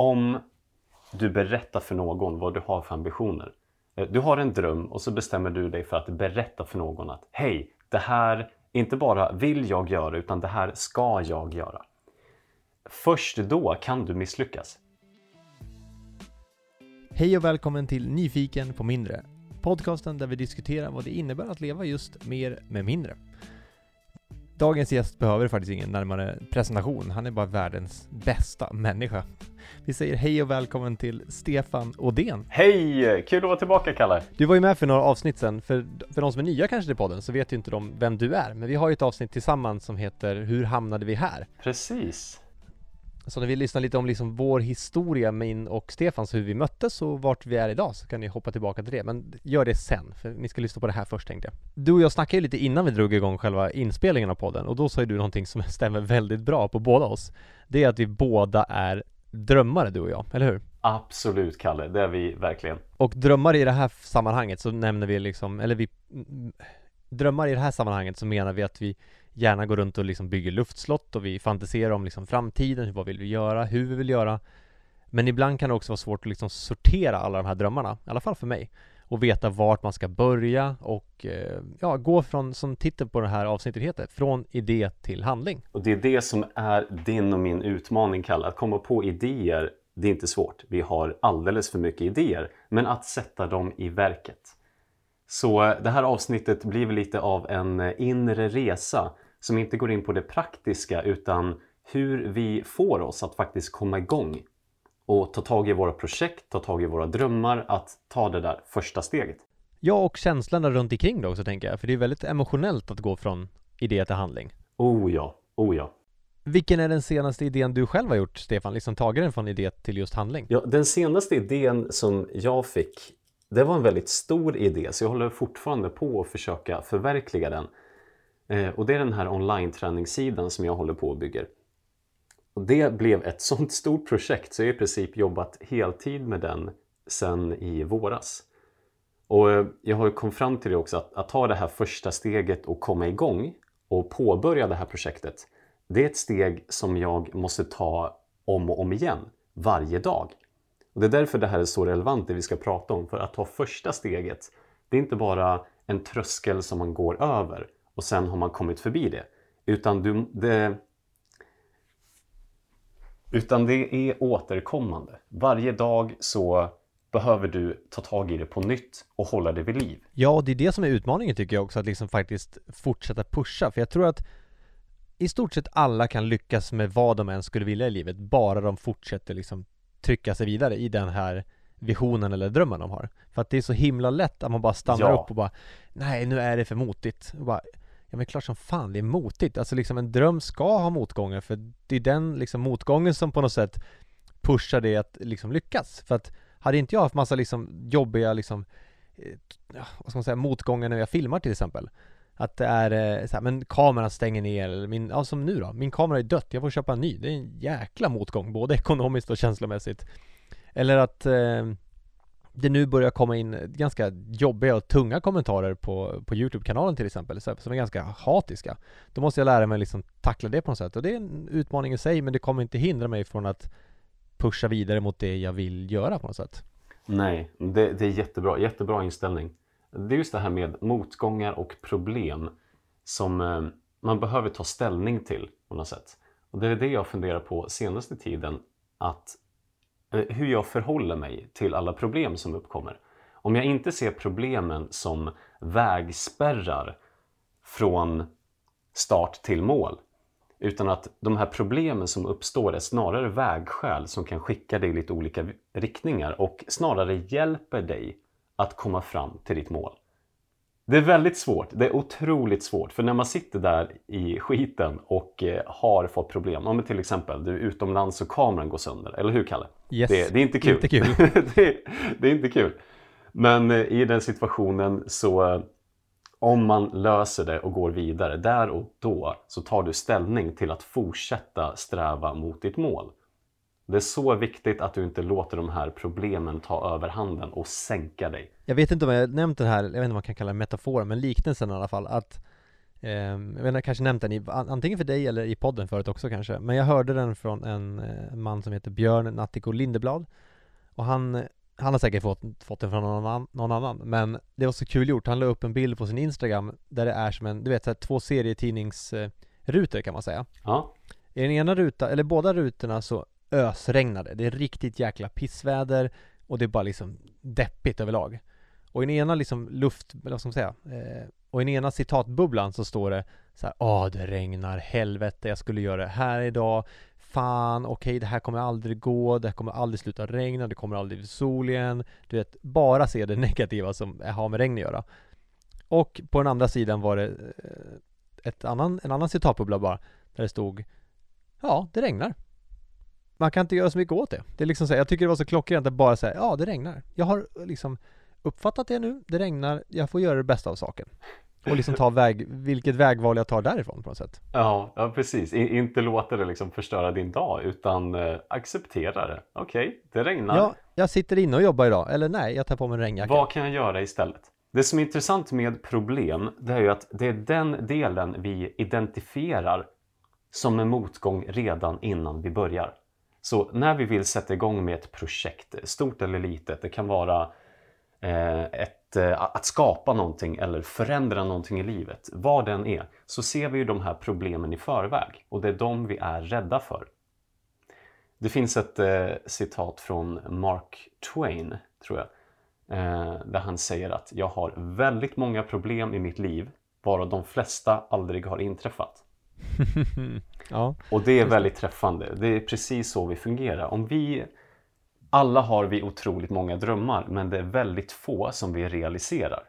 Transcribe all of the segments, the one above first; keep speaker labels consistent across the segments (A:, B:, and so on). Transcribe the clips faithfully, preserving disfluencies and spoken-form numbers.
A: om du berättar för någon vad du har för ambitioner. Du har en dröm och så bestämmer du dig för att berätta för någon att hej, det här inte bara vill jag göra utan det här ska jag göra. Först då kan du misslyckas.
B: Hej och välkommen till Nyfiken på mindre. Podcasten där vi diskuterar vad det innebär att leva just mer med mindre. Dagens gäst behöver faktiskt ingen närmare presentation. Han är bara världens bästa människa. Vi säger hej och välkommen till Stefan Ådén.
A: Hej! Kul att vara tillbaka, Kalle.
B: Du var ju med för några avsnitt sen. För, för de som är nya kanske till podden så vet ju inte de vem du är. Men vi har ju ett avsnitt tillsammans som heter Hur hamnade vi här?
A: Precis.
B: Så när vi lyssnar lite om liksom vår historia, min och Stefans, hur vi möttes och vart vi är idag, så kan ni hoppa tillbaka till det. Men gör det sen, för ni ska lyssna på det här först, tänkte jag. Du och jag snackade ju lite innan vi drog igång själva inspelningen av podden. Och då sa ju du någonting som stämmer väldigt bra på båda oss. Det är att vi båda är drömmare, du och jag, eller hur?
A: Absolut, Kalle, det är vi verkligen.
B: Och drömmar i det här sammanhanget så nämner vi liksom, eller vi drömmar i det här sammanhanget så menar vi att vi gärna går runt och liksom bygger luftslott och vi fantiserar om liksom framtiden, vad vill vi göra, hur vi vill göra. Men ibland kan det också vara svårt att liksom sortera alla de här drömmarna, i alla fall för mig, och veta vart man ska börja och ja, gå från, som titeln på det här avsnittet heter, från idé till handling.
A: Och det är det som är din och min utmaning, Kalle. Att komma på idéer, det är inte svårt. Vi har alldeles för mycket idéer, men att sätta dem i verket. Så det här avsnittet blir väl lite av en inre resa som inte går in på det praktiska utan hur vi får oss att faktiskt komma igång och ta tag i våra projekt, ta tag i våra drömmar, att ta det där första steget.
B: Ja, och känslorna runt omkring det också, tänker jag, för det är väldigt emotionellt att gå från idé till handling.
A: Oh ja, oh ja.
B: Vilken är den senaste idén du själv har gjort, Stefan? Liksom tagit den från idé till just handling?
A: Ja, den senaste idén som jag fick, det var en väldigt stor idé, så jag håller fortfarande på att försöka förverkliga den. Eh, och det är den här online-träningssidan som jag håller på att bygga. Och det blev ett sånt stort projekt så jag har i princip jobbat heltid med den sedan i våras. Och eh, jag har kommit fram till det också att, att ta det här första steget och komma igång och påbörja det här projektet. Det är ett steg som jag måste ta om och om igen varje dag. Och det är därför det här är så relevant det vi ska prata om. För att ta första steget, det är inte bara en tröskel som man går över och sen har man kommit förbi det. Utan, du, det, utan det är återkommande. Varje dag så behöver du ta tag i det på nytt och hålla det vid liv.
B: Ja, det är det som är utmaningen, tycker jag också, att liksom faktiskt fortsätta pusha. För jag tror att i stort sett alla kan lyckas med vad de än skulle vilja i livet, bara de fortsätter liksom trycka sig vidare i den här visionen eller drömmen de har. För att det är så himla lätt att man bara stannar
A: Ja.
B: upp och bara, nej, nu är det för motigt. Och bara, ja, men klart som fan det är motigt. Alltså liksom en dröm ska ha motgångar, för det är den liksom motgången som på något sätt pushar det att liksom lyckas. För att hade inte jag haft massa liksom jobbiga liksom, ja, vad ska man säga, motgångar när jag filmar till exempel. Att det är så här, men kameran stänger ner, eller min, ja, som nu då, min kamera är dött, jag får köpa en ny. Det är en jäkla motgång, både ekonomiskt och känslomässigt. Eller att eh, det nu börjar komma in ganska jobbiga och tunga kommentarer på, på YouTube-kanalen till exempel, så, som är ganska hatiska. Då måste jag lära mig liksom tackla det på något sätt. Och det är en utmaning i sig, men det kommer inte hindra mig från att pusha vidare mot det jag vill göra på något sätt.
A: Nej, det, det är jättebra, jättebra inställning. Det är just det här med motgångar och problem som eh, man behöver ta ställning till på något sätt. Och det är det jag funderar på senaste tiden, att eh, hur jag förhåller mig till alla problem som uppkommer. Om jag inte ser problemen som vägspärrar från start till mål, utan att de här problemen som uppstår är snarare vägskäl som kan skicka dig i lite olika riktningar och snarare hjälper dig att komma fram till ditt mål. Det är väldigt svårt, det är otroligt svårt, för när man sitter där i skiten och eh, har fått problem, om till exempel du är utomlands och kameran går sönder, eller hur, Kalle?
B: Yes.
A: Det, det är inte kul.
B: Inte kul.
A: det, det är inte kul. Men eh, i den situationen så eh, om man löser det och går vidare där och då, så tar du ställning till att fortsätta sträva mot ditt mål. Det är så viktigt att du inte låter de här problemen ta överhanden och sänka dig.
B: Jag vet inte om jag nämnt det här, jag vet inte om man kan kalla det metafor, men liknelsen i alla fall, att eh, Jag vet inte, jag kanske nämnt den i, antingen för dig eller i podden förut också kanske. Men jag hörde den från en eh, man som heter Björn Nattiko Lindeblad. Och han, han har säkert fått, fått den från någon annan, någon annan. Men det var så kul gjort. Han la upp en bild på sin Instagram där det är som en, du vet, så här, två serietidningsrutor kan man säga.
A: Ja.
B: I den ena rutan, eller båda rutorna, så ösregnade. Det är riktigt jäkla pissväder och det är bara liksom deppigt överlag. Och i den ena liksom luft, eller vad ska man säga, eh, och i den ena citatbubblan så står det så här: åh, det regnar, helvete, jag skulle göra det här idag, fan, okej, det här kommer aldrig gå, det här kommer aldrig sluta regna, det kommer aldrig bli sol igen. Du vet, bara se det negativa som har med regn att göra. Och på den andra sidan var det eh, ett annan, en annan citatbubbla bara, där det stod: ja, det regnar. Man kan inte göra så mycket åt det. Det är liksom så här, jag tycker det var så klockrent att bara säga: ja, det regnar. Jag har liksom uppfattat det nu, det regnar, jag får göra det bästa av saken. Och liksom ta väg, vilket vägval jag tar därifrån på något sätt.
A: Ja, ja precis. I, inte låta det liksom förstöra din dag, utan eh, acceptera det. Okej, okay, det regnar.
B: Ja, jag sitter inne och jobbar idag. Eller nej, jag tar på mig en regnjacka.
A: Vad kan jag göra istället? Det som är intressant med problem, det är ju att det är den delen vi identifierar som en motgång redan innan vi börjar. Så när vi vill sätta igång med ett projekt, stort eller litet, det kan vara eh, ett, eh, att skapa någonting eller förändra någonting i livet, vad den är, så ser vi ju de här problemen i förväg, och det är de vi är rädda för. Det finns ett eh, citat från Mark Twain, tror jag, eh, där han säger att jag har väldigt många problem i mitt liv, varav de flesta aldrig har inträffat.
B: Ja,
A: och det är väldigt träffande. Det är precis så vi fungerar. Om vi alla har vi otroligt många drömmar, men det är väldigt få som vi realiserar.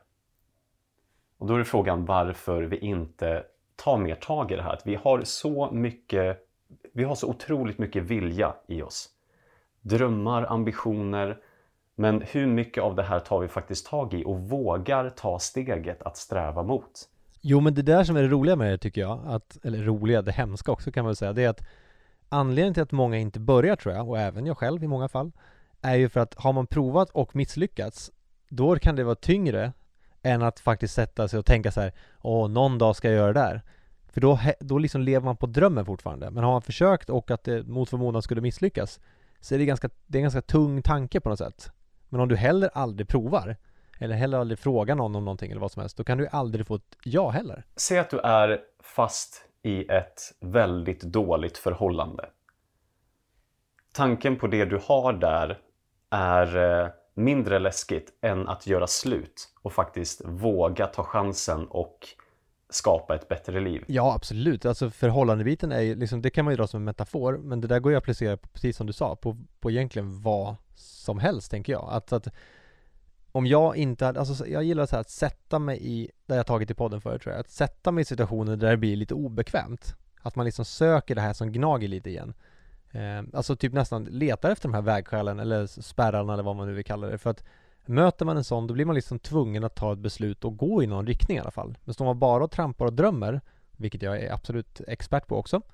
A: Och då är frågan varför vi inte tar mer tag i det här. Att vi har så mycket, vi har så otroligt mycket vilja i oss. Drömmar, ambitioner, men hur mycket av det här tar vi faktiskt tag i och vågar ta steget att sträva mot?
B: Jo, men det där som är det roliga med det, tycker jag, att, eller roliga, det hemska också kan man säga, det är att anledningen till att många inte börjar, tror jag, och även jag själv i många fall, är ju för att har man provat och misslyckats, då kan det vara tyngre än att faktiskt sätta sig och tänka så här: åh, någon dag ska jag göra det där. För då, då liksom lever man på drömmen fortfarande. Men har man försökt och att det mot förmodan skulle misslyckas, så är det, ganska, det är en ganska tung tanke på något sätt. Men om du heller aldrig provar, eller heller aldrig frågar någon om någonting eller vad som helst, då kan du aldrig få ett ja heller.
A: Säg att du är fast i ett väldigt dåligt förhållande. Tanken på det du har där är mindre läskigt än att göra slut och faktiskt våga ta chansen och skapa ett bättre liv.
B: Ja, absolut. Alltså förhållandebiten är ju liksom, det kan man ju dra som en metafor, men det där går ju att applicera på, precis som du sa, på, på egentligen vad som helst, tänker jag. Att, att om jag inte hade, alltså jag gillar så här att sätta mig i, där jag tagit i podden förut, tror jag, att sätta mig i situationer där det blir lite obekvämt. Att man liksom söker det här som gnager lite igen. Eh, alltså typ nästan letar efter de här vägskälen eller spärrarna eller vad man nu vill kalla det. För att möter man en sån, då blir man liksom tvungen att ta ett beslut och gå i någon riktning i alla fall. Men står man bara och trampar och drömmer, vilket jag är absolut expert på också,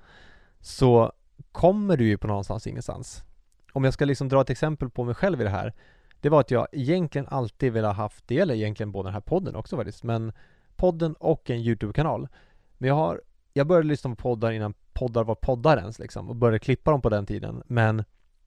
B: så kommer du ju på någonstans ingenstans. Om jag ska liksom dra ett exempel på mig själv i det här, det var att jag egentligen alltid ville ha haft det, eller egentligen både den här podden också faktiskt, men podden och en YouTube-kanal. Men jag har, jag började lyssna på poddar innan poddar var poddar ens liksom, och började klippa dem på den tiden. Men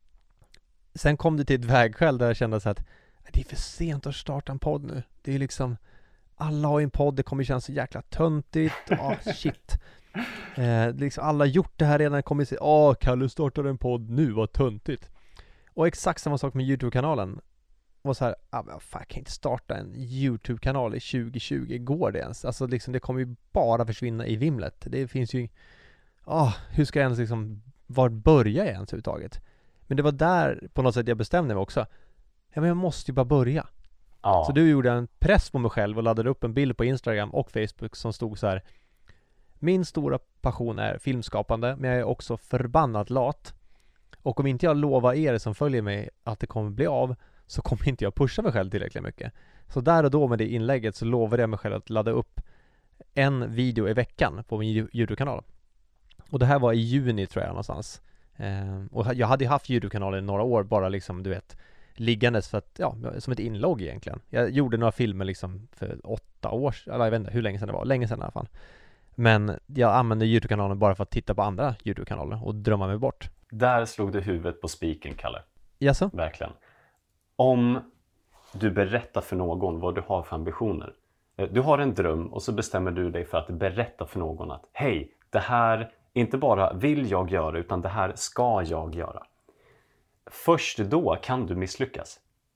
B: sen kom det till ett vägskäl där jag kände så att det är för sent att starta en podd nu. Det är liksom, alla har en podd, det kommer kännas så jäkla töntigt. Åh, oh, shit. Eh, liksom alla har gjort det här redan, kommer säga, åh, Kalle startade en podd nu, vad töntigt. Och exakt samma sak med YouTube-kanalen. Var så här, ah, men fan, jag kan inte starta en YouTube-kanal i tjugo tjugo, går det ens? Alltså liksom, det kommer ju bara försvinna i vimlet. Det finns ju, ah, hur ska jag ens liksom, var börjar jag ens överhuvudtaget? Men det var där på något sätt jag bestämde mig också. Ja, men jag måste ju bara börja. Ja. Så då gjorde jag en press på mig själv och laddade upp en bild på Instagram och Facebook som stod så här: min stora passion är filmskapande, men jag är också förbannat lat. Och om inte jag lovar er som följer mig att det kommer bli av, så kommer inte jag pusha mig själv tillräckligt mycket. Så där och då med det inlägget så lovade jag mig själv att ladda upp en video i veckan på min YouTube-kanal. Och det här var i juni, tror jag, någonstans. Eh, och jag hade ju haft YouTube-kanalen i några år, bara liksom, du vet, liggandes för att, ja, som ett inlogg egentligen. Jag gjorde några filmer liksom för åtta år, eller jag vet inte hur länge sedan det var, länge sedan i alla fall. Men jag använder YouTube-kanalen bara för att titta på andra YouTube-kanaler och drömma mig bort.
A: Där slog du huvudet på spiken, Kalle.
B: Jaså?
A: Verkligen. Om du berättar för någon vad du har för ambitioner. Du har en dröm och så bestämmer du dig för att berätta för någon att hej, det här inte bara vill jag göra utan det här ska jag göra. Först då kan du misslyckas.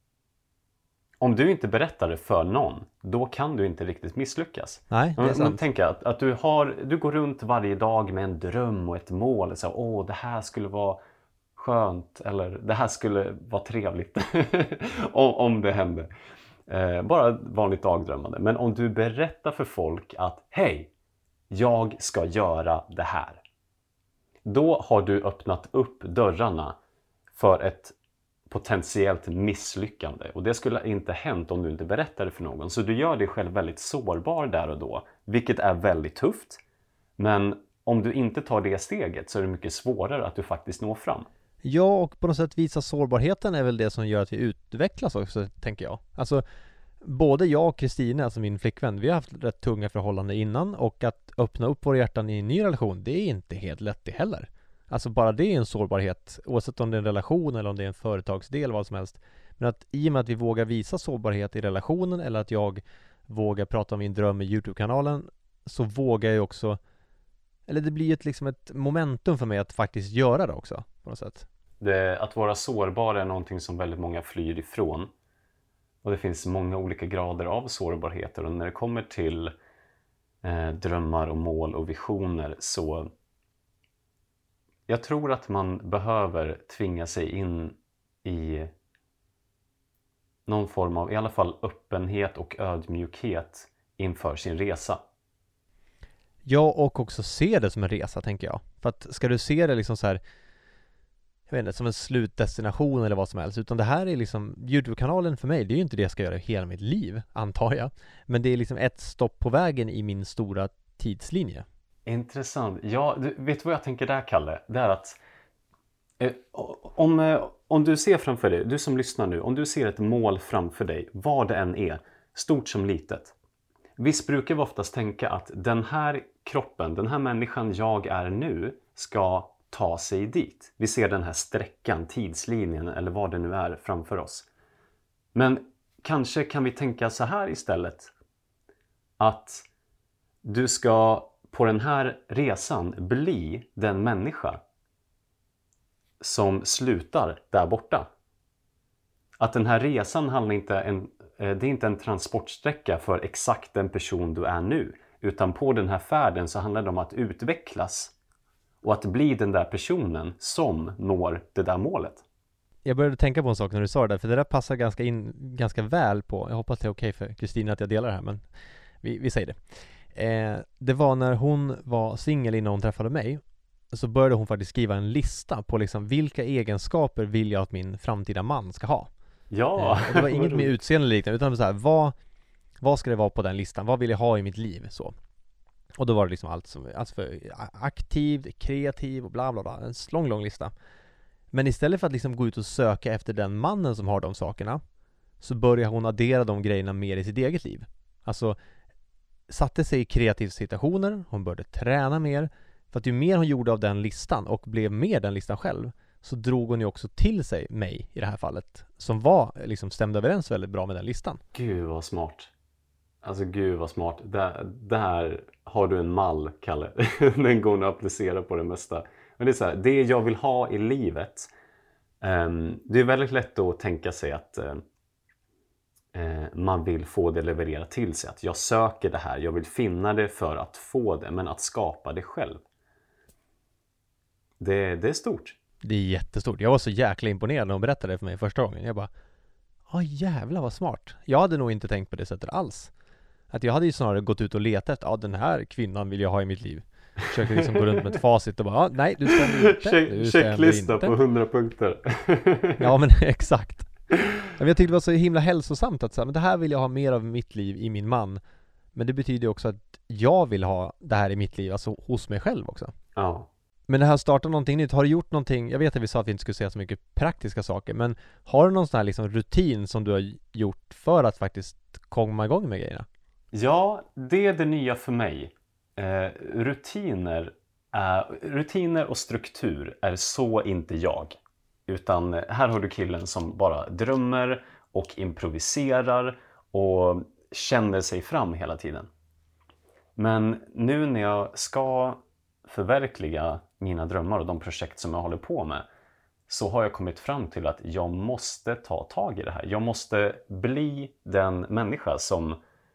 A: Om du inte berättar det för någon, då kan du inte riktigt misslyckas.
B: Nej, det är sant.
A: Man tänker att, att du, har, du går runt varje dag med en dröm och ett mål. Så, åh, det här skulle vara skönt eller det här skulle vara trevligt om, om det hände. Eh, bara vanligt dagdrömmande. Men om du berättar för folk att hej, jag ska göra det här. Då har du öppnat upp dörrarna för ett potentiellt misslyckande. Och det skulle inte hänt om du inte berättade för någon. Så du gör dig själv väldigt sårbar där och då. Vilket är väldigt tufft. Men om du inte tar det steget så är det mycket svårare att du faktiskt når fram.
B: Ja, och på något sätt visa sårbarheten är väl det som gör att vi utvecklas också, tänker jag. Alltså, både jag och Kristina, alltså min flickvän, vi har haft rätt tunga förhållanden innan. Och att öppna upp våra hjärtan i en ny relation, det är inte helt lätt det heller. Alltså bara det är en sårbarhet, oavsett om det är en relation eller om det är en företagsdel, vad som helst. Men att i och med att vi vågar visa sårbarhet i relationen eller att jag vågar prata om min dröm i YouTube-kanalen, så vågar jag också, eller det blir ett, liksom ett momentum för mig att faktiskt göra det också på något sätt.
A: Det, att vara sårbar är någonting som väldigt många flyr ifrån. Och det finns många olika grader av sårbarheter. Och när det kommer till eh, drömmar och mål och visioner så jag tror att man behöver tvinga sig in i någon form av i alla fall öppenhet och ödmjukhet inför sin resa.
B: Ja, och också se det som en resa, tänker jag. För att ska du se det liksom så här, jag vet inte, som en slutdestination eller vad som helst, utan det här är liksom, YouTube-kanalen för mig, det är ju inte det jag ska göra hela mitt liv, antar jag. Men det är liksom ett stopp på vägen i min stora tidslinje.
A: Intressant. Ja, du, vet du vad jag tänker där, Kalle? Det är att eh, om, eh, om du ser framför dig, du som lyssnar nu, om du ser ett mål framför dig, vad det än är, stort som litet. Visst brukar vi oftast tänka att den här kroppen, den här människan jag är nu, ska ta sig dit. Vi ser den här sträckan, tidslinjen eller vad det nu är framför oss. Men kanske kan vi tänka så här istället. Att du ska på den här resan bli den människa som slutar där borta. Att den här resan handlar inte en, det är inte en transportsträcka för exakt den person du är nu. Utan på den här färden så handlar det om att utvecklas och att bli den där personen som når det där målet.
B: Jag började tänka på en sak när du sa det där, för det där passar ganska, in, ganska väl på, jag hoppas det är okej för Kristina att jag delar det här, men vi, vi säger det. Eh, det var när hon var singel innan hon träffade mig, så började hon faktiskt skriva en lista på liksom vilka egenskaper vill jag att min framtida man ska ha.
A: Ja.
B: Eh, det var inget med utseende liknande, utan så här, vad, vad ska det vara på den listan? Vad vill jag ha i mitt liv? Så. Och då var det liksom allt som, alltså för aktiv, kreativ och bla bla bla, en lång, lång lista. Men istället för att liksom gå ut och söka efter den mannen som har de sakerna, så börjar hon addera de grejerna mer i sitt eget liv. Alltså satte sig i kreativa situationer, hon började träna mer, för att ju mer hon gjorde av den listan och blev med den listan själv, så drog hon ju också till sig mig i det här fallet, som var liksom stämde överens väldigt bra med den listan.
A: Gud vad smart. Alltså gud vad smart. Där, där har du en mall, Kalle. Den går att applicera på det mesta. Men det är så här, det jag vill ha i livet. Um, det är väldigt lätt att tänka sig att uh, uh, man vill få det levererat till sig. Att jag söker det här, jag vill finna det för att få det. Men att skapa det själv. Det, det är stort.
B: Det är jättestort. Jag var så jäkla imponerad när hon berättade det för mig första gången. Jag bara, ja jävlar vad smart. Jag hade nog inte tänkt på det sättet alls. Att jag hade ju snarare gått ut och letat efter, ja den här kvinnan vill jag ha i mitt liv. Försökte liksom gå runt med ett facit och bara, ja, nej du stämmer inte.
A: Check,
B: du
A: checklista
B: inte.
A: på hundra punkter.
B: Ja men exakt. Jag tyckte det var så himla hälsosamt att säga, men det här vill jag ha mer av i mitt liv i min man. Men det betyder också att jag vill ha det här i mitt liv, alltså hos mig själv också.
A: Ja.
B: Men det här startar någonting nytt. Har du gjort någonting, jag vet att vi sa att vi inte skulle säga så mycket praktiska saker, men har du någon sån här liksom rutin som du har gjort för att faktiskt komma igång med grejerna?
A: Ja, det är det nya för mig. Eh, rutiner, är, rutiner och struktur är så inte jag. Utan här har du killen som bara drömmer och improviserar och känner sig fram hela tiden. Men nu när jag ska förverkliga mina drömmar och de projekt som jag håller på med, så har jag kommit fram till att jag måste ta tag i det här. Jag måste bli den människa som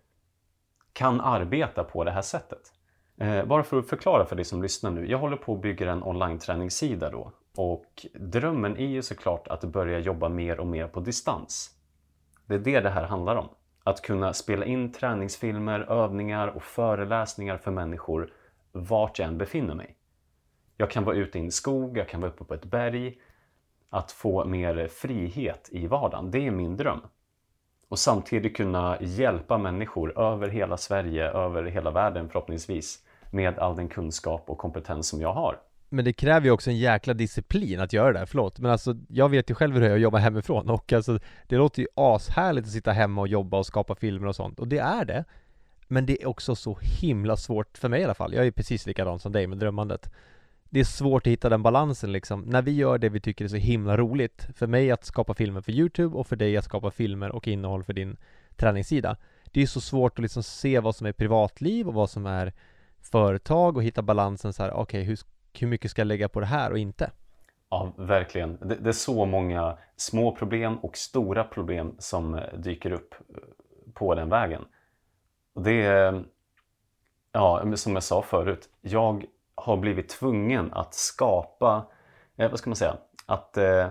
A: kan arbeta på det här sättet. Eh, bara för att förklara för dig som lyssnar nu. Jag håller på att bygga en online-träningssida då. Och drömmen är ju såklart att börja jobba mer och mer på distans. Det är det det här handlar om. Att kunna spela in träningsfilmer, övningar och föreläsningar för människor vart jag än befinner mig. Jag kan vara ute i en skog, jag kan vara uppe på ett berg. Att få mer frihet i vardagen, det är min dröm. Och samtidigt kunna hjälpa människor över hela Sverige, över hela världen förhoppningsvis, med all den kunskap och kompetens som jag har.
B: Men det kräver ju också en jäkla disciplin att göra det här, förlåt. Men alltså, jag vet ju själv hur det är att jobba hemifrån. Och alltså, det låter ju ashärligt att sitta hemma och jobba och skapa filmer och sånt. Och det är det. Men det är också så himla svårt, för mig i alla fall. Jag är precis likadan som dig med drömmandet. Det är svårt att hitta den balansen liksom. När vi gör det vi tycker är så himla roligt. För mig att skapa filmer för YouTube och för dig att skapa filmer och innehåll för din träningssida. Det är så svårt att liksom se vad som är privatliv och vad som är företag och hitta balansen så här, okej, okay, hur, hur mycket ska jag lägga på det här och inte?
A: Ja, verkligen. Det, det är så många små problem och stora problem som dyker upp på den vägen. Och det är, ja, som jag sa förut, jag har blivit tvungen att skapa, eh, vad ska man säga, att eh,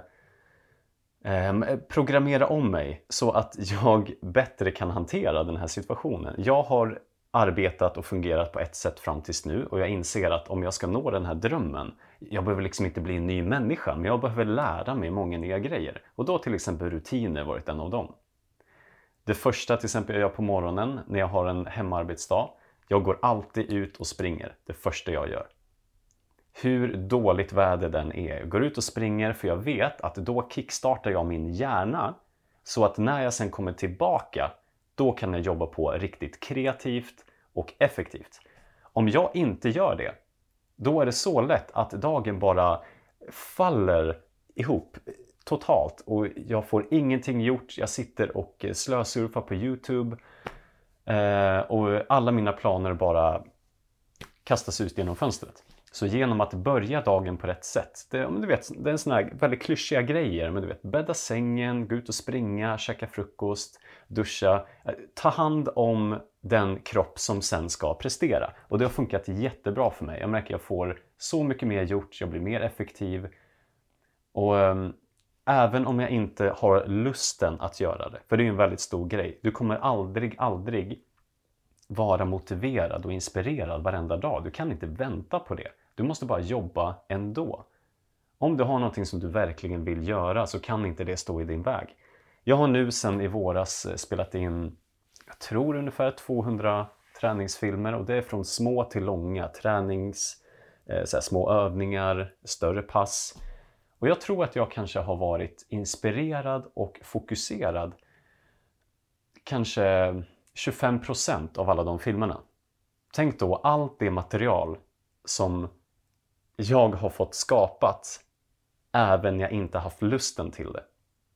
A: eh, programmera om mig så att jag bättre kan hantera den här situationen. Jag har arbetat och fungerat på ett sätt fram tills nu och jag inser att om jag ska nå den här drömmen, jag behöver liksom inte bli en ny människa, men jag behöver lära mig många nya grejer. Och då till exempel rutiner varit en av dem. Det första till exempel jag gör på morgonen när jag har en hemarbetsdag, jag går alltid ut och springer, det första jag gör. Hur dåligt väder den är. Jag går ut och springer för jag vet att då kickstartar jag min hjärna så att när jag sen kommer tillbaka, då kan jag jobba på riktigt kreativt och effektivt. Om jag inte gör det, då är det så lätt att dagen bara faller ihop totalt och jag får ingenting gjort. Jag sitter och slösurfar på YouTube och alla mina planer bara kastas ut genom fönstret. Så genom att börja dagen på rätt sätt, det, du vet, det är en sån här väldigt klyschiga grejer, men du vet, bädda sängen, gå ut och springa, käka frukost, duscha, ta hand om den kropp som sen ska prestera. Och det har funkat jättebra för mig. Jag märker att jag får så mycket mer gjort, jag blir mer effektiv. Och um, även om jag inte har lusten att göra det, för det är en väldigt stor grej, du kommer aldrig, aldrig vara motiverad och inspirerad varenda dag. Du kan inte vänta på det. Du måste bara jobba ändå. Om du har någonting som du verkligen vill göra så kan inte det stå i din väg. Jag har nu sedan i våras spelat in, jag tror ungefär tvåhundra träningsfilmer och det är från små till långa tränings, eh, så här, små övningar, större pass. Och jag tror att jag kanske har varit inspirerad och fokuserad kanske tjugofem procent av alla de filmerna. Tänk då allt det material som jag har fått skapat även när jag inte haft lusten till det.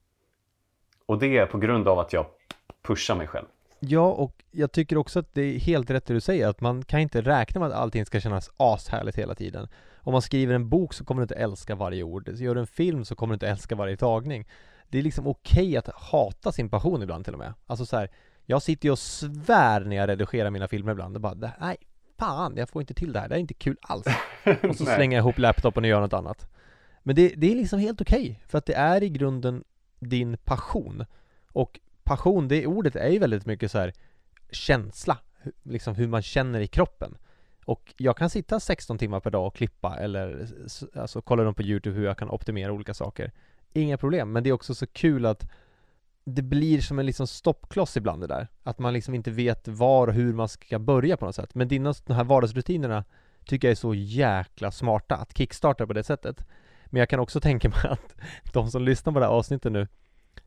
A: Och det är på grund av att jag pushar mig själv.
B: Ja, och jag tycker också att det är helt rätt det du säger, att man kan inte räkna med att allting ska kännas ashärligt hela tiden. Om man skriver en bok så kommer du inte älska varje ord. Gör du en film så kommer du inte älska varje tagning. Det är liksom okej att hata sin passion ibland till och med. Alltså så här, jag sitter ju och svär när jag redigerar mina filmer ibland och bara, nej, fan, jag får inte till det här, det är inte kul alls. Och så slänger jag ihop laptopen och gör något annat. Men det, det är liksom helt okej, för att det är i grunden din passion. Och passion, det ordet är ju väldigt mycket så här känsla, liksom hur man känner i kroppen. Och jag kan sitta sexton timmar per dag och klippa eller alltså kolla dem på YouTube hur jag kan optimera olika saker. Inga problem, men det är också så kul att det blir som en liksom stoppkloss ibland det där. Att man liksom inte vet var och hur man ska börja på något sätt. Men dina de här vardagsrutinerna tycker jag är så jäkla smarta att kickstarta på det sättet. Men jag kan också tänka mig att de som lyssnar på det här avsnittet nu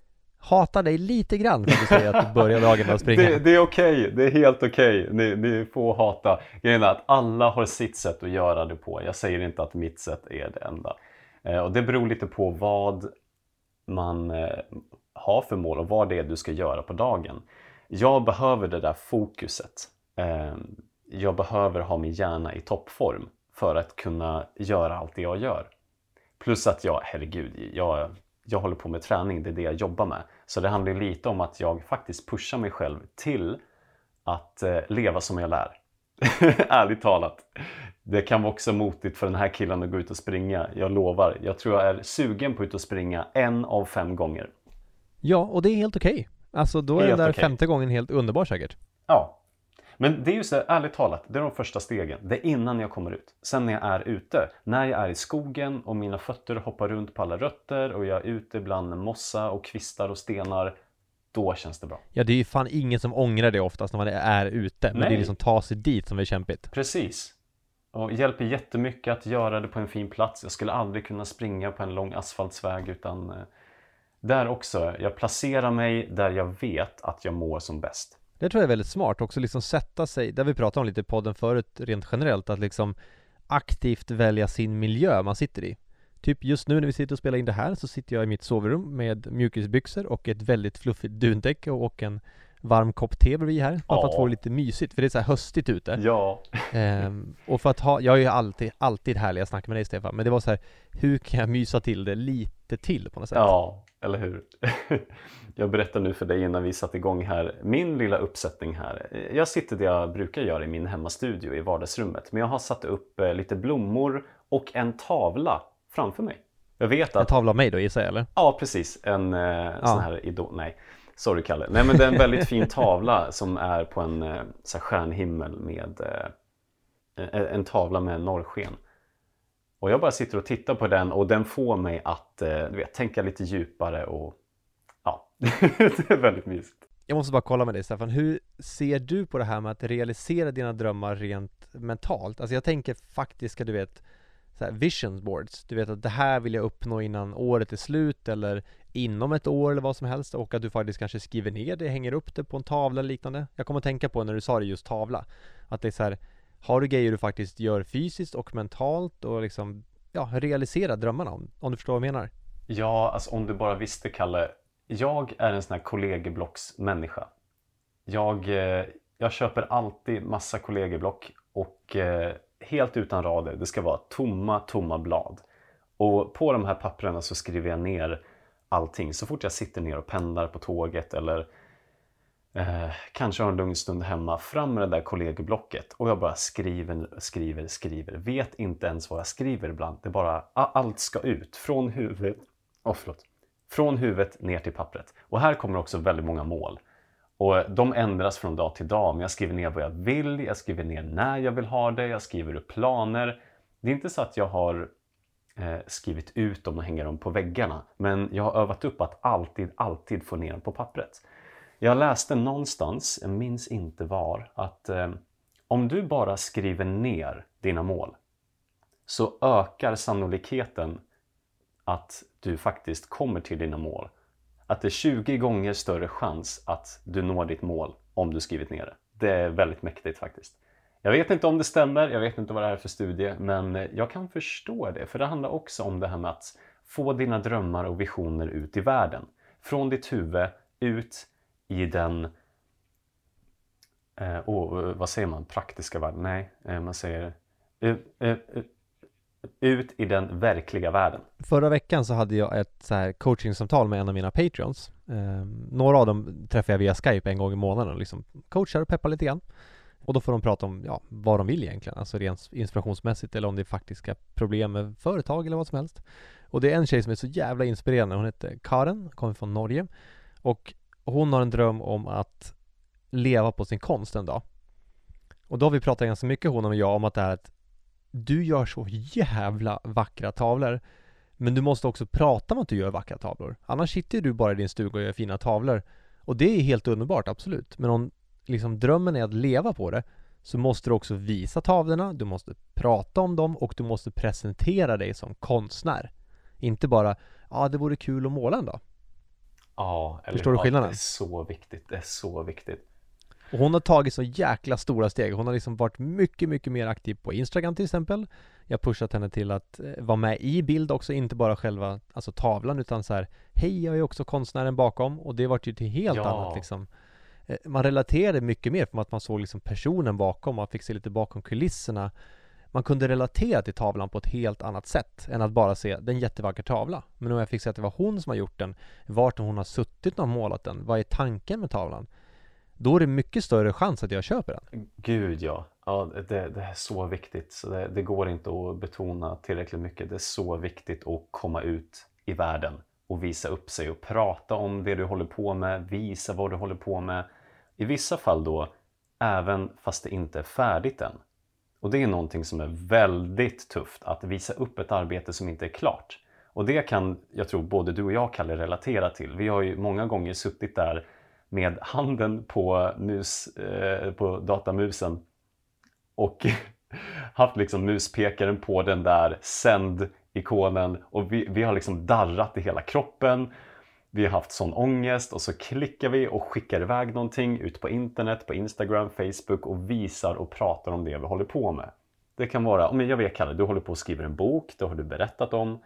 B: hatar dig lite grann för att du säger att du börjar dagen med att springa.
A: Det, det är okej, okay. Det är helt okej. Okay. Ni, ni får hata. Grejen är att alla har sitt sätt att göra det på. Jag säger inte att mitt sätt är det enda. Eh, och det beror lite på vad man eh, har för mål och vad det är du ska göra på dagen. Jag behöver det där fokuset. Eh, jag behöver ha min hjärna i toppform för att kunna göra allt det jag gör. Plus att jag, herregud, jag, jag håller på med träning, det är det jag jobbar med. Så det handlar lite om att jag faktiskt pushar mig själv till att eh, leva som jag lär. Ärligt talat. Det kan vara också motigt för den här killen att gå ut och springa. Jag lovar, jag tror jag är sugen på att ut och springa en av fem gånger.
B: Ja, och det är helt okej. Okay. Alltså då är helt den där okay. femte gången helt underbar säkert.
A: Ja. Men det är ju så, ärligt talat, det är de första stegen. Det är innan jag kommer ut. Sen när jag är ute, när jag är i skogen och mina fötter hoppar runt på alla rötter och jag är ute bland mossa och kvistar och stenar, då känns det bra.
B: Ja, det är ju fan ingen som ångrar det oftast när man är ute. Men Nej. Det är liksom ta sig dit som är kämpigt.
A: Precis. Och hjälper jättemycket att göra det på en fin plats. Jag skulle aldrig kunna springa på en lång asfaltsväg utan eh, där också. Jag placerar mig där jag vet att jag mår som bäst.
B: Det tror jag är väldigt smart också, liksom sätta sig, där vi pratade om lite i podden förut rent generellt, att liksom aktivt välja sin miljö man sitter i. Typ just nu när vi sitter och spelar in det här så sitter jag i mitt sovrum med mjukisbyxor och ett väldigt fluffigt dundäck och en varm kopp te bredvid här. Bara för att få det lite mysigt, för det är så här höstigt ute.
A: Ja.
B: Ehm, och för att ha, jag är ju alltid, alltid härlig att snacka med dig Stefan, men det var så här, hur kan jag mysa till det lite till på något sätt?
A: Ja, eller hur? Jag berättar nu för dig innan vi satt igång här, min lilla uppsättning här. Jag sitter där jag brukar göra i min hemmastudio i vardagsrummet, men jag har satt upp lite blommor och en tavla framför mig. Jag vet att...
B: En tavla av mig då, gissar jag, eller?
A: Ja, precis. En eh, ja. sån här idol... Nej, sorry Kalle. Nej, men det är en väldigt fin tavla som är på en eh, så här stjärnhimmel med eh, en tavla med norrsken. Och jag bara sitter och tittar på den och den får mig att eh, du vet, tänka lite djupare och ja, det är väldigt mysigt.
B: Jag måste bara kolla med dig Stefan, hur ser du på det här med att realisera dina drömmar rent mentalt? Alltså jag tänker faktiskt, du vet, så här vision boards. Du vet att det här vill jag uppnå innan året är slut eller inom ett år eller vad som helst, och att du faktiskt kanske skriver ner det, hänger upp det på en tavla eller liknande. Jag kommer att tänka på när du sa det just tavla, att det är så här, har du grejer du faktiskt gör fysiskt och mentalt och liksom, ja, realisera drömmarna, om, om du förstår vad jag menar.
A: Ja, alltså om du bara visste, Kalle, jag är en sån här kollegieblocksmänniska. Jag, eh, jag köper alltid massa kollegieblock och eh, helt utan rader. Det ska vara tomma, tomma blad. Och på de här papperna så skriver jag ner allting. Så fort jag sitter ner och pendlar på tåget eller eh, kanske har en lugn stund hemma, fram med det där kollegieblocket. Och jag bara skriver, skriver, skriver. Vet inte ens vad jag skriver ibland. Det är bara, allt ska ut. Från huvudet, oh, förlåt. Från huvudet ner till pappret. Och här kommer också väldigt många mål. Och de ändras från dag till dag. Men jag skriver ner vad jag vill. Jag skriver ner när jag vill ha det. Jag skriver upp planer. Det är inte så att jag har eh, skrivit ut dem och hänger dem på väggarna. Men jag har övat upp att alltid, alltid få ner dem på pappret. Jag läste någonstans, jag minns inte var, att eh, om du bara skriver ner dina mål så ökar sannolikheten att du faktiskt kommer till dina mål. Att det är tjugo gånger större chans att du når ditt mål om du skrivit ner det. Det är väldigt mäktigt faktiskt. Jag vet inte om det stämmer, jag vet inte vad det är för studie, men jag kan förstå det. För det handlar också om det här med att få dina drömmar och visioner ut i världen. Från ditt huvud ut i den, eh, oh, vad säger man, praktiska världen? Nej, eh, man säger eh, eh, eh, ut i den verkliga världen.
B: Förra veckan så hade jag ett så här coachingsamtal med en av mina Patreons. Eh, några av dem träffar jag via Skype en gång i månaden och liksom coachar och peppar lite grann. Och då får de prata om ja, vad de vill egentligen, alltså rent inspirationsmässigt eller om det är faktiska problem med företag eller vad som helst. Och det är en tjej som är så jävla inspirerande. Hon heter Karen, kommer från Norge. Och hon har en dröm om att leva på sin konst en dag. Och då har vi pratat ganska mycket, hon och jag, om att det är att du gör så jävla vackra tavlor, men du måste också prata om att du gör vackra tavlor. Annars sitter du bara i din stuga och gör fina tavlor. Och det är helt underbart, absolut. Men om liksom drömmen är att leva på det, så måste du också visa tavlorna, du måste prata om dem och du måste presentera dig som konstnär. Inte bara, ja det vore kul att måla en dag.
A: Ja, eller,
B: Förstår du skillnaden?
A: Ja, det är så viktigt, det är så viktigt.
B: Och hon har tagit så jäkla stora steg. Hon har liksom varit mycket, mycket mer aktiv på Instagram till exempel. Jag har pushat henne till att eh, vara med i bild också, inte bara själva alltså tavlan, utan så här, hej, jag är också konstnären bakom. Och det var ju till helt
A: Ja.
B: annat liksom. Eh, man relaterade mycket mer för att man såg liksom personen bakom, man fick se lite bakom kulisserna. Man kunde relatera till tavlan på ett helt annat sätt än att bara se den jättevacker tavla. Men om jag fick se att det var hon som har gjort den, vart hon har suttit och målat den, vad är tanken med tavlan? Då är det mycket större chans att jag köper den.
A: Gud ja, ja det, det är så viktigt. Så det, det går inte att betona tillräckligt mycket. Det är så viktigt att komma ut i världen och visa upp sig och prata om det du håller på med, visa vad du håller på med. I vissa fall då, även fast det inte är färdigt än. Och det är någonting som är väldigt tufft, att visa upp ett arbete som inte är klart. Och det kan, jag tror, både du och jag, Kalle, relatera till. Vi har ju många gånger suttit där med handen på, mus, eh, på datamusen och haft liksom muspekaren på den där sänd-ikonen. Och vi, vi har liksom darrat i hela kroppen. Vi har haft sån ångest och så klickar vi och skickar iväg någonting ut på internet, på Instagram, Facebook och visar och pratar om det vi håller på med. Det kan vara, om jag vet Kalle, du håller på att skriva en bok, det har du berättat om.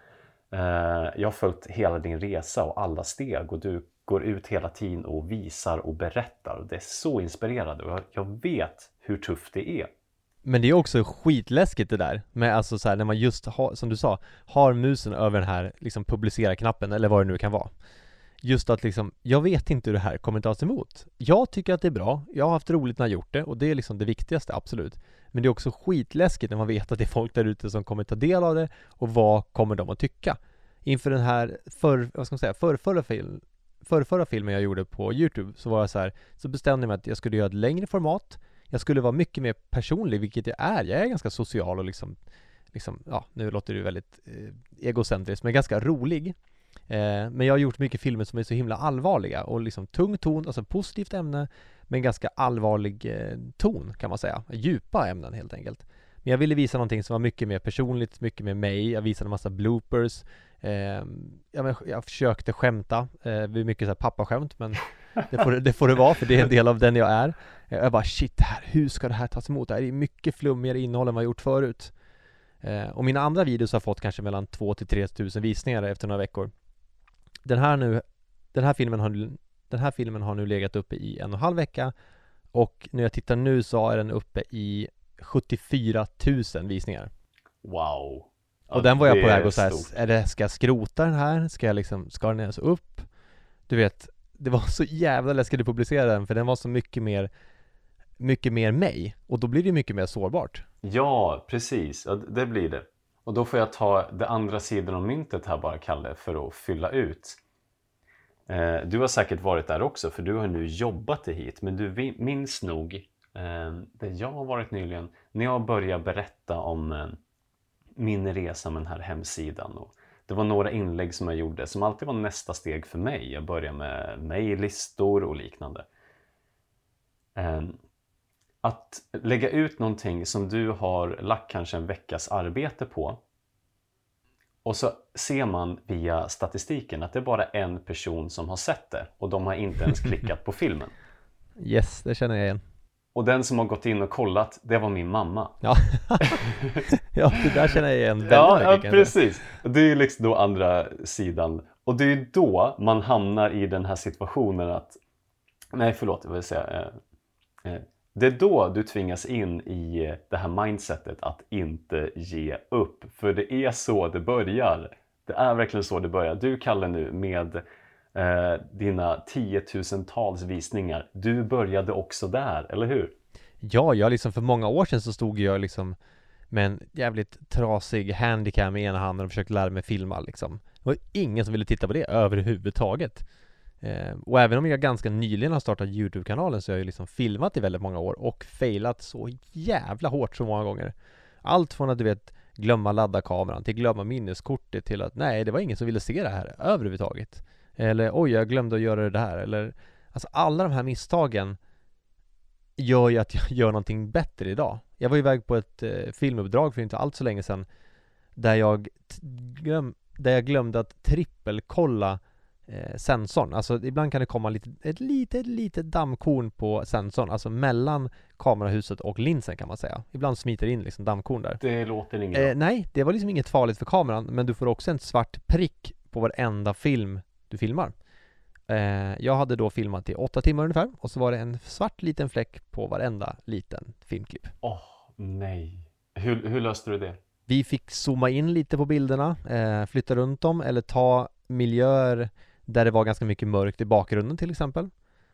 A: Jag har följt hela din resa och alla steg och du går ut hela tiden och visar och berättar. Det är så inspirerande och jag vet hur tufft det är.
B: Men det är också skitläskigt det där med alltså så här, när man just har, som du sa, har musen över den här liksom publicera-knappen eller vad det nu kan vara. Just att liksom, jag vet inte hur det här kommer tas emot. Jag tycker att det är bra. Jag har haft roligt när jag gjort det och det är liksom det viktigaste, absolut. Men det är också skitläskigt när man vet att det är folk där ute som kommer ta del av det och vad kommer de att tycka. Inför den här för, vad ska man säga, förrförra film, förrförra filmen jag gjorde på YouTube så var jag så här, så bestämde jag mig att jag skulle göra ett längre format. Jag skulle vara mycket mer personlig, vilket jag är. Jag är ganska social och liksom, liksom ja, nu låter det väldigt eh, egocentriskt, men ganska rolig. Eh, men jag har gjort mycket filmer som är så himla allvarliga och liksom tung ton, alltså positivt ämne, men ganska allvarlig eh, ton kan man säga. Djupa ämnen helt enkelt. Men jag ville visa någonting som var mycket mer personligt, mycket mer mig. Jag visade en massa bloopers. Eh, jag, men, jag försökte skämta. Eh, det är mycket så här pappaskämt, men det får, det får det vara, för det är en del av den jag är. Jag bara, shit, det här, hur ska det här tas emot? Det här är mycket flummigare innehåll än vad jag gjort förut. Eh, och mina andra videos har fått kanske mellan två till tre tusen visningar efter några veckor. Den här, nu, den, här filmen har, den här filmen har nu legat uppe i en och en halv vecka. Och när jag tittar nu så är den uppe i sjuttiofyra tusen visningar.
A: Wow. Ja,
B: och den var jag på väg och så här,
A: stort.
B: är det, ska jag skrota den här? Ska jag liksom, ska den ens upp? Du vet, det var så jävla läskigt att publicera den, för den var så mycket mer mycket mer mig, och då blir det mycket mer sårbart.
A: Ja, precis. Ja, det blir det. Och då får jag ta det andra sidan av myntet här bara, Kalle, för att fylla ut. Eh, du har säkert varit där också, för du har nu jobbat dig hit. Men du minns nog eh, där jag har varit nyligen, när jag började berätta om eh, min resa med den här hemsidan. Och det var några inlägg som jag gjorde som alltid var nästa steg för mig. Jag började med mejllistor och liknande. Eh, Att lägga ut någonting som du har lagt kanske en veckas arbete på, och så ser man via statistiken att det är bara en person som har sett det och de har inte ens klickat på filmen.
B: Yes, det känner jag igen.
A: Och den som har gått in och kollat, det var min mamma.
B: Ja, ja, det där känner jag igen väldigt
A: ja,
B: mycket.
A: Ja, precis. Det är ju liksom då andra sidan. Och det är ju då man hamnar i den här situationen att, nej förlåt, jag vill säga eh, eh, det är då du tvingas in i det här mindsetet att inte ge upp. För det är så det börjar. Det är verkligen så det börjar. Du, Kalle, nu med eh, dina tiotusentals visningar. Du började också där, eller hur?
B: Ja, jag liksom för många år sedan så stod jag liksom med en jävligt trasig handicam i ena handen och försökte lära mig filma liksom. Det var ingen som ville titta på det överhuvudtaget. Eh, och även om jag ganska nyligen har startat YouTube-kanalen så har jag ju liksom filmat i väldigt många år och failat så jävla hårt så många gånger. Allt från att du vet glömma ladda kameran till glömma minneskortet till att nej, det var ingen som ville se det här överhuvudtaget. Eller oj, jag glömde att göra det där. Eller, alltså alla de här misstagen gör ju att jag gör någonting bättre idag. Jag var iväg på ett eh, filmuppdrag för inte allt så länge sedan där jag, t- glöm, där jag glömde att trippelkolla eh, sensorn. Alltså ibland kan det komma lite, ett litet, litet dammkorn på sensorn, alltså mellan kamerahuset och linsen kan man säga. Ibland smiter in liksom dammkorn där.
A: Det låter inget
B: Eh, nej, det var liksom inget farligt för kameran, men du får också en svart prick på varenda film du filmar. Eh, jag hade då filmat i åtta timmar ungefär, och så var det en svart liten fläck på varenda liten filmklipp.
A: Åh, oh, nej. Hur, hur löste du det?
B: Vi fick zooma in lite på bilderna, eh, flytta runt dem eller ta miljöer där det var ganska mycket mörkt i bakgrunden till exempel.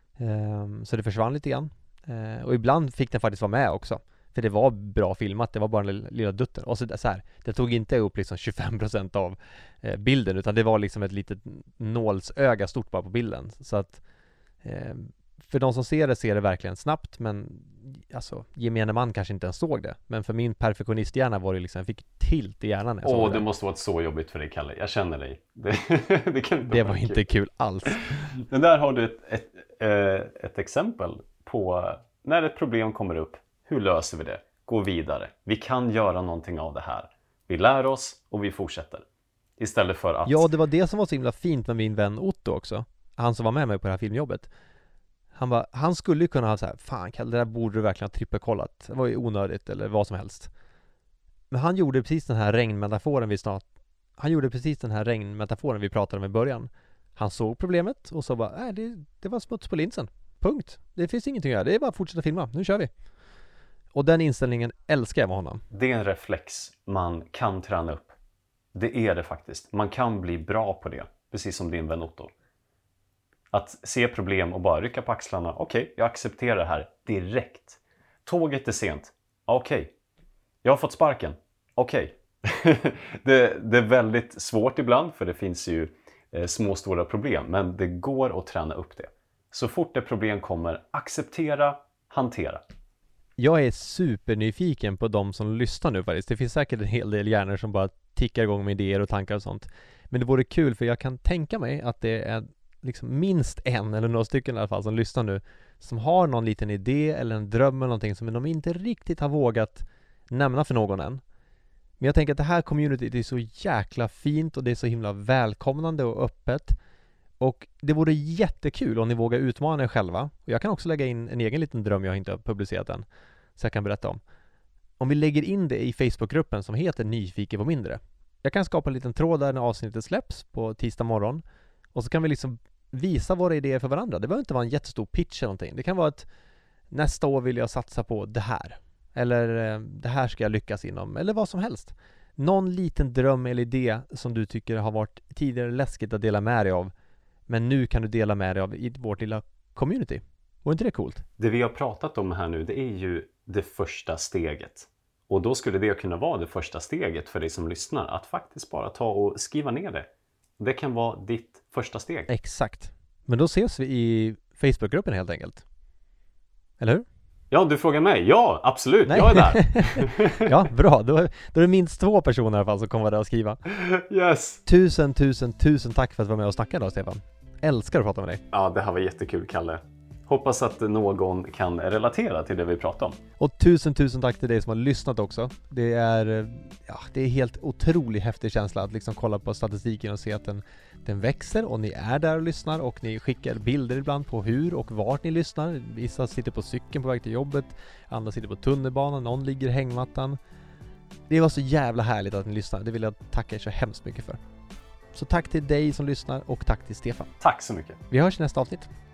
B: Eh, så det försvann lite grann. Eh, och ibland fick den faktiskt vara med också. För det var bra filmat, det var bara den lilla dutten. Och så, så här, det tog inte upp liksom tjugofem procent av eh, bilden, utan det var liksom ett litet nålsöga stort bara på bilden. Så att eh, för de som ser det ser det verkligen snabbt, men alltså gemene man kanske inte ens såg det. Men för min perfektionisthjärna var det liksom, jag fick tilt i hjärnan.
A: Åh, oh, det måste vara så jobbigt för dig, Kalle. Jag känner dig. Det, det, kan inte
B: det var inte kul. kul alls.
A: Men där har du ett, ett, ett, ett exempel på när ett problem kommer upp. Hur löser vi det? Gå vidare. Vi kan göra någonting av det här. Vi lär oss och vi fortsätter. Istället för att...
B: Ja, det var det som var så himla fint med min vän Otto också. Han som var med mig på det här filmjobbet. Han, var, han skulle ju kunna ha så här, fan Kalle, det där borde du verkligen ha trippelkollat. Det var ju onödigt eller vad som helst. Men han gjorde precis den här regnmetaforen vi snart... Han gjorde precis den här regnmetaforen vi pratade om i början. Han såg problemet och så bara, nej det, det var smuts på linsen. Punkt. Det finns ingenting att göra. Det är bara att fortsätta filma. Nu kör vi. Och den inställningen älskar jag med honom.
A: Det är en reflex man kan träna upp. Det är det faktiskt. Man kan bli bra på det. Precis som din vän Otto. Att se problem och bara rycka på axlarna. Okej, okay, jag accepterar det här direkt. Tåget är sent. Okej. Okay. Jag har fått sparken. Okej. Okay. det, det är väldigt svårt ibland. För det finns ju eh, små stora problem. Men det går att träna upp det. Så fort ett problem kommer, acceptera, hantera.
B: Jag är supernyfiken på de som lyssnar nu faktiskt. Det finns säkert en hel del hjärnor som bara tickar igång med idéer och tankar och sånt. Men det vore kul, för jag kan tänka mig att det är liksom minst en eller några stycken i alla fall som lyssnar nu, som har någon liten idé eller en dröm eller någonting som de inte riktigt har vågat nämna för någon än. Men jag tänker att det här communityt är så jäkla fint och det är så himla välkomnande och öppet. Och det vore jättekul om ni vågar utmana er själva. Och jag kan också lägga in en egen liten dröm jag inte har publicerat än, så jag kan berätta om. Om vi lägger in det i Facebookgruppen som heter Nyfiken på mindre. Jag kan skapa en liten tråd där när avsnittet släpps på tisdag morgon. Och så kan vi liksom visa våra idéer för varandra. Det behöver inte vara en jättestor pitch eller någonting. Det kan vara att nästa år vill jag satsa på det här. Eller det här ska jag lyckas inom. Eller vad som helst. Någon liten dröm eller idé som du tycker har varit tidigare läskigt att dela med dig av. Men nu kan du dela med dig av i vårt lilla community. Var inte det coolt?
A: Det vi har pratat om här nu, det är ju det första steget. Och då skulle det kunna vara det första steget för dig som lyssnar. Att faktiskt bara ta och skriva ner det. Det kan vara ditt första steg.
B: Exakt. Men då ses vi i Facebookgruppen helt enkelt. Eller hur?
A: Ja, du frågar mig. Ja, absolut. Nej. Jag är där.
B: Ja, bra. Då, då är det minst två personer i alla fall som kommer där och skriva.
A: Yes.
B: Tusen, tusen, tusen tack för att du var med och snackade då, Stefan. Älskar att prata med dig.
A: Ja, det här var jättekul, Kalle. Hoppas att någon kan relatera till det vi pratar om.
B: Och tusen, tusen tack till dig som har lyssnat också. Det är, ja, det är helt otroligt häftig känsla att liksom kolla på statistiken och se att den, den växer och ni är där och lyssnar och ni skickar bilder ibland på hur och vart ni lyssnar. Vissa sitter på cykeln på väg till jobbet, andra sitter på tunnelbanan, någon ligger i hängmattan. Det var så jävla härligt att ni lyssnar. Det vill jag tacka er så hemskt mycket för. Så tack till dig som lyssnar och tack till Stefan.
A: Tack så mycket.
B: Vi hörs i nästa avsnitt.